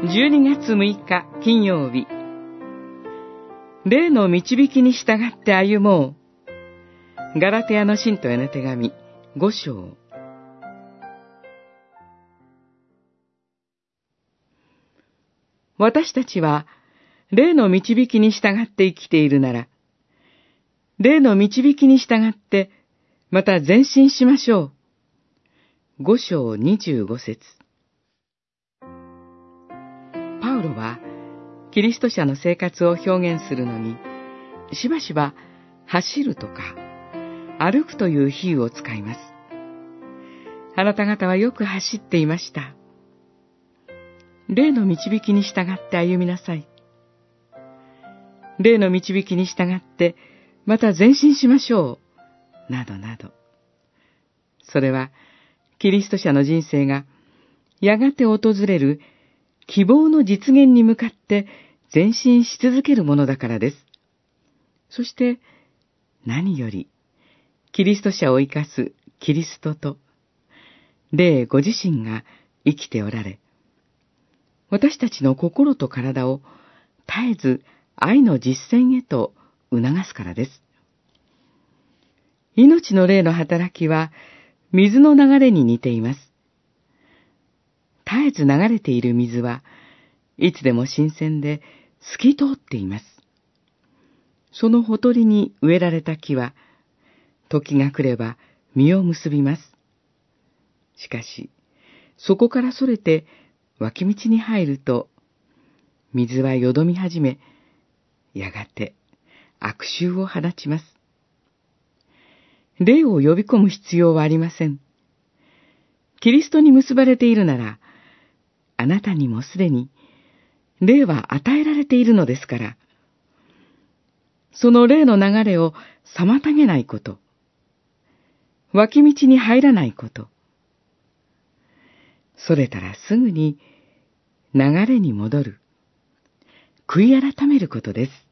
12月6日金曜日、霊の導きに従って歩もう。ガラテヤの信徒への手紙5章。私たちは霊の導きに従って生きているなら、霊の導きに従ってまた前進しましょう。5章25節。パウロはキリスト者の生活を表現するのに、しばしば走るとか歩くという比喩を使います。あなた方はよく走っていました。霊の導きに従って歩みなさい。霊の導きに従ってまた前進しましょう。などなど。それはキリスト者の人生がやがて訪れる希望の実現に向かって前進し続けるものだからです。そして何よりキリスト者を生かすキリストと霊ご自身が生きておられ、私たちの心と体を絶えず愛の実践へと促すからです。命の霊の働きは水の流れに似ています。絶えず流れている水はいつでも新鮮で透き通っています。そのほとりに植えられた木は時が来れば実を結びます。しかしそこからそれて脇道に入ると、水はよどみ始め、やがて悪臭を放ちます。霊を呼び込む必要はありません。キリストに結ばれているなら、あなたにもすでに霊は与えられているのですから、その霊の流れを妨げないこと、脇道に入らないこと、それたらすぐに流れに戻る、悔い改めることです。